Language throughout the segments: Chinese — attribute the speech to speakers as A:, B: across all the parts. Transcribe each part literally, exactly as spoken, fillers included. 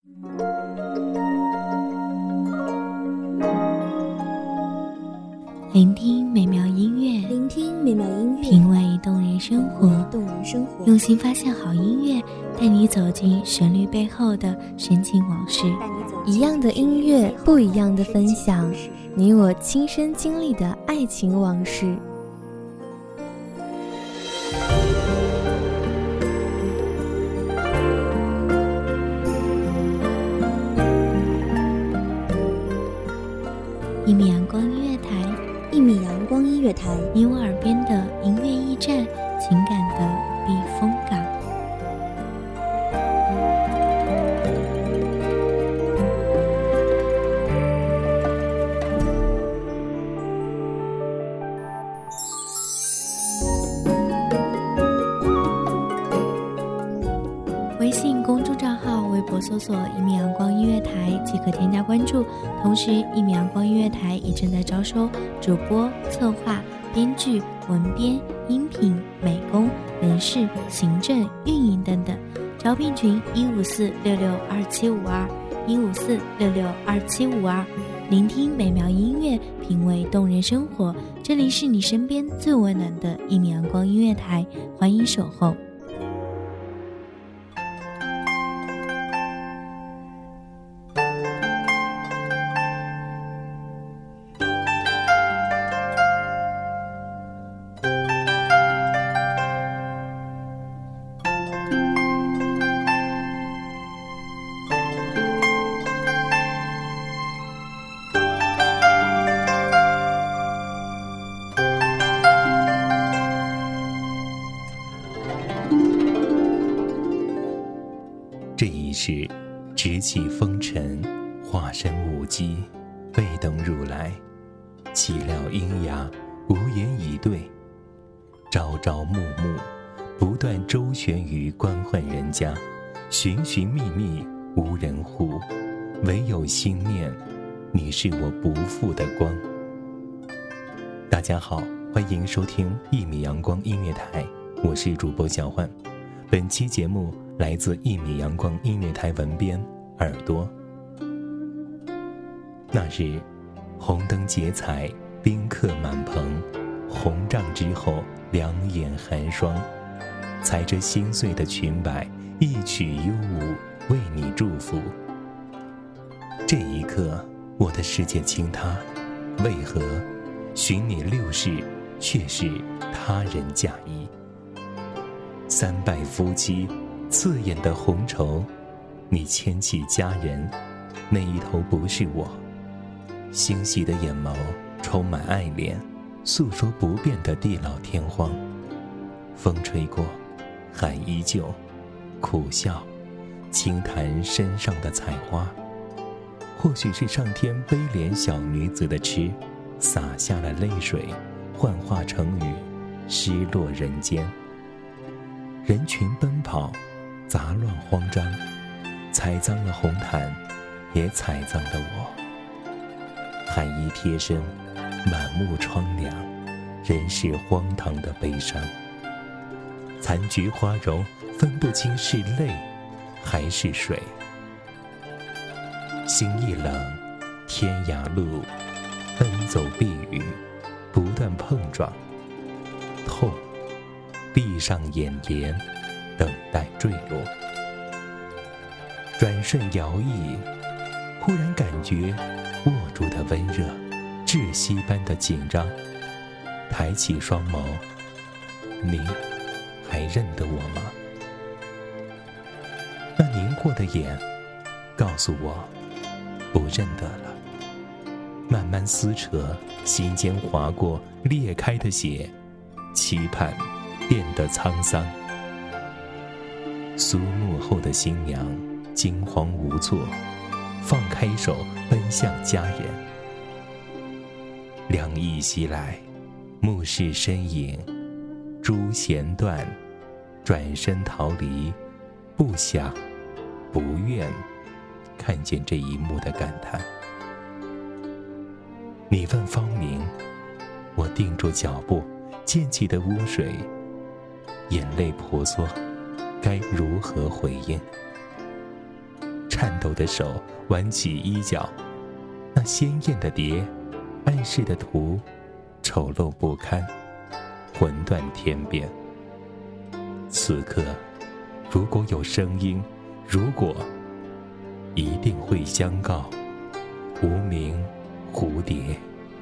A: 聆听美妙音乐，
B: 聆听美妙音乐，
A: 品味动人生活，
B: 动人生活，
A: 用心发现好音乐，带你走进旋律背后的深情往事。
B: 一样的音乐，不一样的分享，你我亲身经历的爱情往事。
A: 一米阳光音乐台，
B: 一米阳光音乐台，
A: 你我耳边的音乐驿站，情感的避风港。微信公众账号、微博搜索一米阳光音乐台即可添加关注。同时，一米阳光音乐台也正在招收主播、策划、编剧、文编、音频、美工、人事、行政、运营等等。招聘群一五四六六二七五二一五四六六二七五二。聆听美妙音乐，品味动人生活。这里是你身边最温暖的一米阳光音乐台，欢迎守候。
C: 这一世，直起风尘，化身舞姬，未等汝来，岂料阴阳，无言以对。朝朝暮暮，不断周旋于官宦人家，寻寻觅觅，无人护，唯有心念，你是我不负的光。大家好，欢迎收听一米阳光音乐台，我是主播小焕。本期节目来自一米阳光音乐台文编耳朵。那日，红灯结彩，宾客满棚，红帐之后，两眼寒霜。踩着心碎的裙摆，一曲幽舞，为你祝福。这一刻，我的世界倾塌，为何寻你六世，却是他人嫁衣？三拜夫妻，刺眼的红绸，你牵起佳人，那一头不是我。星细的眼眸充满爱恋，诉说不变的地老天荒。风吹过，海依旧，苦笑，轻弹身上的彩花。或许是上天悲怜小女子的痴，洒下了泪水，幻化成雨，失落人间。人群奔跑，杂乱慌张，踩脏了红毯，也踩脏了我。寒衣贴身，满目疮凉，人世荒唐的悲伤。残菊花容，分不清是泪还是水。心一冷，天涯路，奔走避雨，不断碰撞，痛。闭上眼帘，等待坠落。转瞬摇曳，忽然感觉握住的温热，窒息般的紧张。抬起双眸，你还认得我吗？那凝惑的眼告诉我，不认得了。慢慢撕扯，心间划过裂开的血，期盼变得沧桑。肃穆后的新娘惊慌无措，放开手奔向家人。凉意袭来，目视身影，珠弦断，转身逃离，不想不愿看见这一幕的感叹。你问芳名，我定住脚步，溅起的污水，眼泪婆娑，该如何回应？ 颤抖的手挽起衣角，那鲜艳的蝶，暗示的图，丑陋不堪，魂断天边。此刻，如果有声音，如果，一定会相告，无名蝴蝶。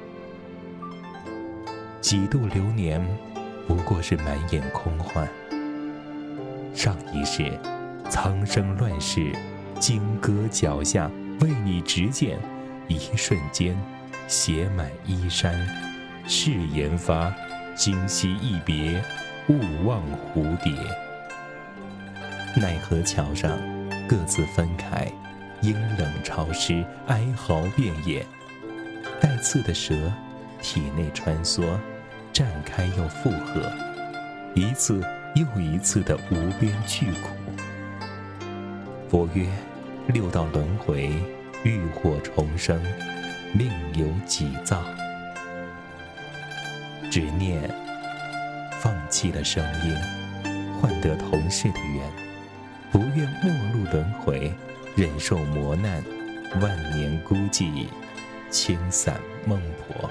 C: 几度流年，不过是满眼空幻。上一世，苍生乱世，荆戈脚下，为你执剑，一瞬间，写满衣衫，誓言发，今夕一别，勿忘蝴蝶。奈何桥上，各自分开，阴冷潮湿，哀嚎遍野。带刺的蛇，体内穿梭，绽开又复合，一次又一次的无边去苦。佛曰：六道轮回，浴火重生，命由己造。执念放弃了声音，换得同世的缘，不愿末路轮回，忍受磨难，万年孤寂，轻散孟婆。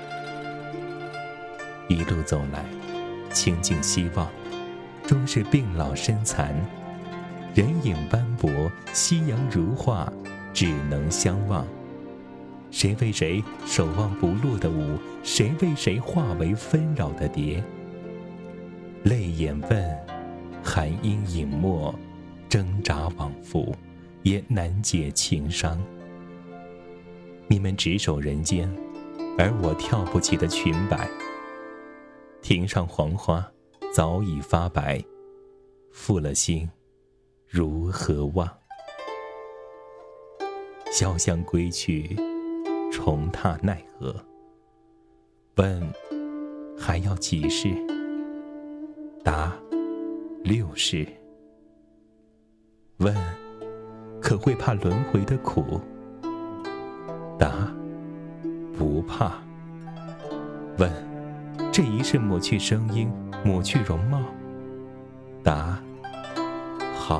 C: 一路走来，倾尽希望，终是病老身残。人影斑驳，夕阳如画，只能相望。谁为谁守望不落的舞，谁为谁化为纷扰的蝶。泪眼问，寒阴隐没，挣扎往复，也难解情伤。你们执手人间，而我跳不起的裙摆。庭上黄花早已发白，负了心，如何忘？潇湘归去，重踏奈何？问还要几世？答六世。问可会怕轮回的苦？答不怕。问这一世抹去声音，抹去容貌？答好。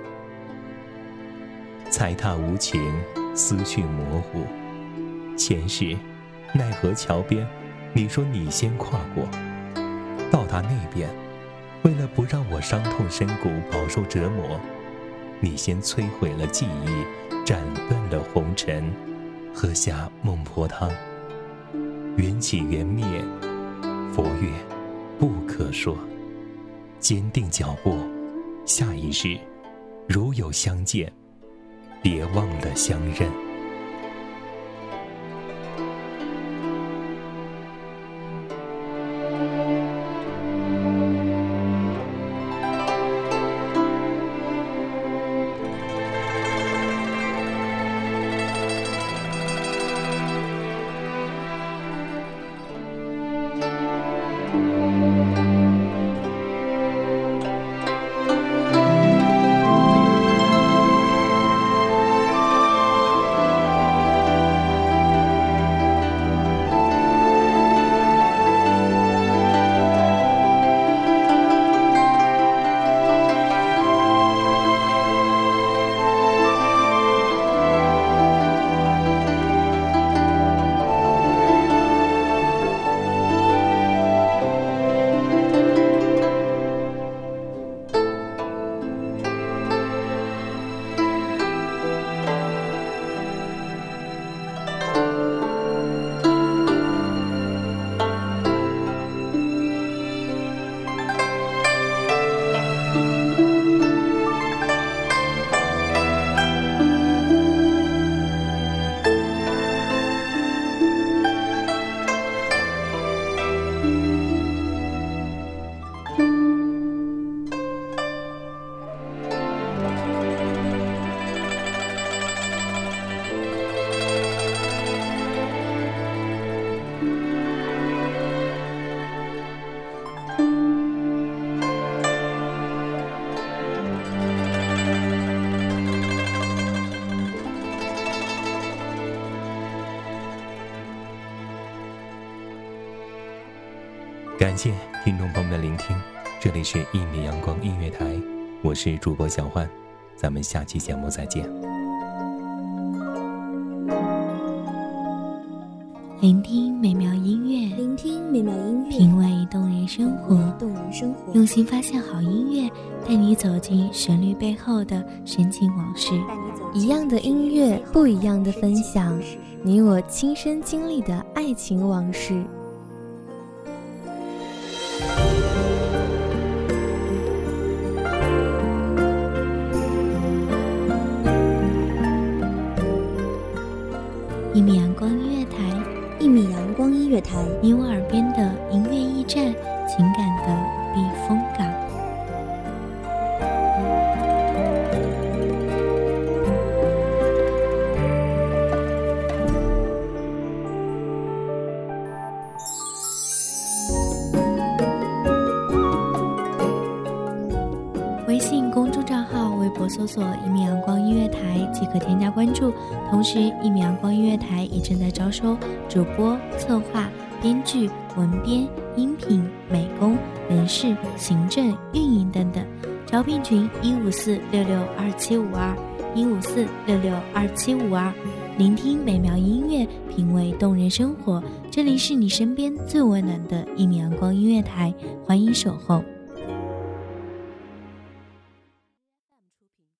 C: 踩踏无情，思绪模糊。前世奈何桥边，你说你先跨过，到达那边，为了不让我伤痛深谷，饱受折磨，你先摧毁了记忆，斩断了红尘，喝下孟婆汤。缘起缘灭，佛曰不可说。坚定脚步，下一世如有相见，别忘了相认。感谢听众朋友们的聆听，这里是一米阳光音乐台，我是主播小焕，咱们下期节目再见。
A: 聆听美妙音乐，
B: 聆听美妙音乐，
A: 品味动人生活，
B: 动人生活，
A: 用心发现好音乐，带你走进旋律背后的深情往事。
B: 一样的音乐，不一样的分享，你我亲身经历的爱情往事。
A: 一米阳光音乐台，
B: 一米阳光音乐台，
A: 你我耳边的音乐驿站，情感的避风港。微信公众账号、微博搜索“一米阳光音乐台”即可添加关注。同时，一米阳光音乐台也正在招收主播、策划、编剧、文编、音频、美工、人事、行政、运营等等。招聘群：一五四六六二七五二一五四六六二七五二。聆听美妙音乐，品味动人生活。这里是你身边最温暖的一米阳光音乐台，欢迎守候。